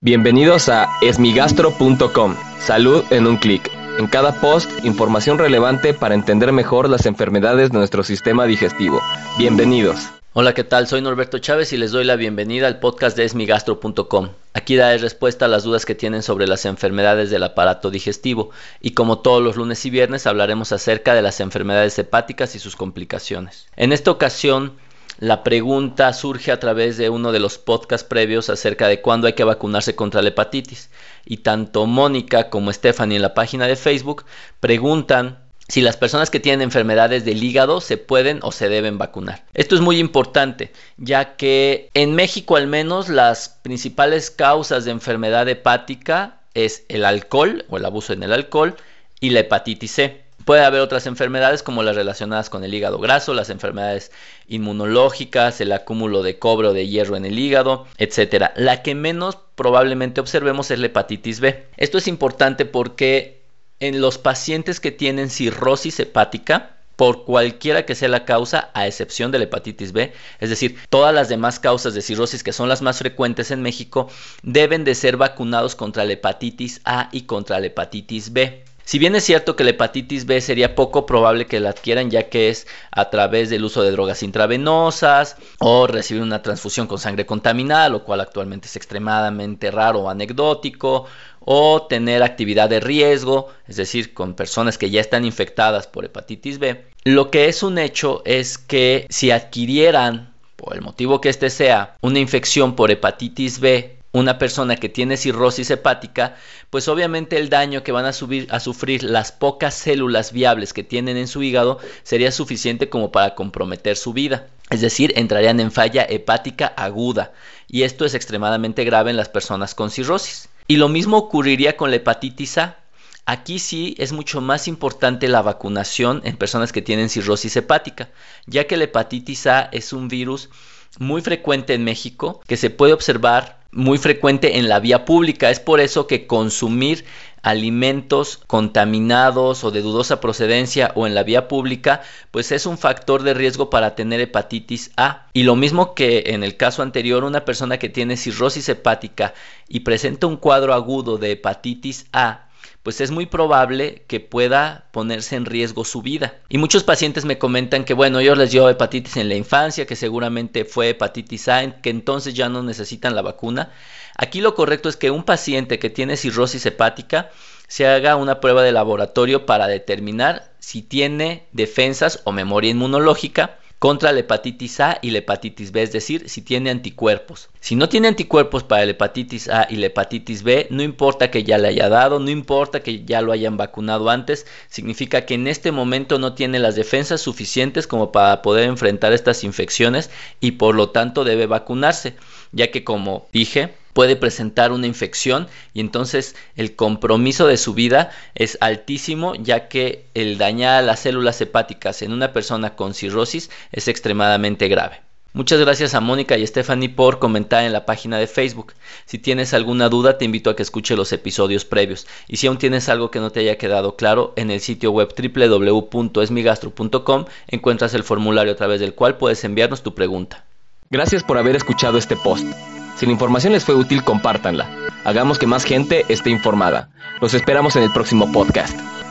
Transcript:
Bienvenidos a esmigastro.com. Salud en un clic. En cada post, información relevante para entender mejor las enfermedades de nuestro sistema digestivo. Bienvenidos. Hola, ¿qué tal? Soy Norberto Chávez y les doy la bienvenida al podcast de esmigastro.com. Aquí daré respuesta a las dudas que tienen sobre las enfermedades del aparato digestivo y como todos los lunes y viernes hablaremos acerca de las enfermedades hepáticas y sus complicaciones. En esta ocasión, la pregunta surge a través de uno de los podcasts previos acerca de cuándo hay que vacunarse contra la hepatitis. Y tanto Mónica como Stephanie en la página de Facebook preguntan si las personas que tienen enfermedades del hígado se pueden o se deben vacunar. Esto es muy importante, ya que en México al menos las principales causas de enfermedad hepática es el alcohol o el abuso en el alcohol y la hepatitis C. Puede haber otras enfermedades como las relacionadas con el hígado graso, las enfermedades inmunológicas, el acúmulo de cobre o de hierro en el hígado, etc. La que menos probablemente observemos es la hepatitis B. Esto es importante porque en los pacientes que tienen cirrosis hepática, por cualquiera que sea la causa, a excepción de la hepatitis B, es decir, todas las demás causas de cirrosis que son las más frecuentes en México, deben de ser vacunados contra la hepatitis A y contra la hepatitis B. Si bien es cierto que la hepatitis B sería poco probable que la adquieran, ya que es a través del uso de drogas intravenosas o recibir una transfusión con sangre contaminada, lo cual actualmente es extremadamente raro o anecdótico, o tener actividad de riesgo, es decir, con personas que ya están infectadas por hepatitis B. Lo que es un hecho es que si adquirieran, por el motivo que este sea, una infección por hepatitis B, una persona que tiene cirrosis hepática, pues obviamente el daño que van a sufrir las pocas células viables que tienen en su hígado sería suficiente como para comprometer su vida. Es decir, entrarían en falla hepática aguda, y esto es extremadamente grave en las personas con cirrosis. Y lo mismo ocurriría con la hepatitis A. Aquí sí es mucho más importante la vacunación en personas que tienen cirrosis hepática, ya que la hepatitis A es un virus muy frecuente en México, que se puede observar muy frecuente en la vía pública. Es por eso que consumir alimentos contaminados o de dudosa procedencia o en la vía pública, pues es un factor de riesgo para tener hepatitis A. Y lo mismo que en el caso anterior, una persona que tiene cirrosis hepática y presenta un cuadro agudo de hepatitis A, pues es muy probable que pueda ponerse en riesgo su vida. Y muchos pacientes me comentan que bueno, ellos les dio hepatitis en la infancia, que seguramente fue hepatitis A, que entonces ya no necesitan la vacuna. Aquí lo correcto es que un paciente que tiene cirrosis hepática se haga una prueba de laboratorio para determinar si tiene defensas o memoria inmunológica contra la hepatitis A y la hepatitis B, es decir, si tiene anticuerpos. Si no tiene anticuerpos para la hepatitis A y la hepatitis B, no importa que ya le haya dado, no importa que ya lo hayan vacunado antes, significa que en este momento no tiene las defensas suficientes como para poder enfrentar estas infecciones y por lo tanto debe vacunarse, ya que como dije, puede presentar una infección y entonces el compromiso de su vida es altísimo, ya que el dañar a las células hepáticas en una persona con cirrosis es extremadamente grave. Muchas gracias a Mónica y Stephanie por comentar en la página de Facebook. Si tienes alguna duda, te invito a que escuches los episodios previos. Y si aún tienes algo que no te haya quedado claro, en el sitio web www.esmigastro.com encuentras el formulario a través del cual puedes enviarnos tu pregunta. Gracias por haber escuchado este post. Si la información les fue útil, compártanla. Hagamos que más gente esté informada. Los esperamos en el próximo podcast.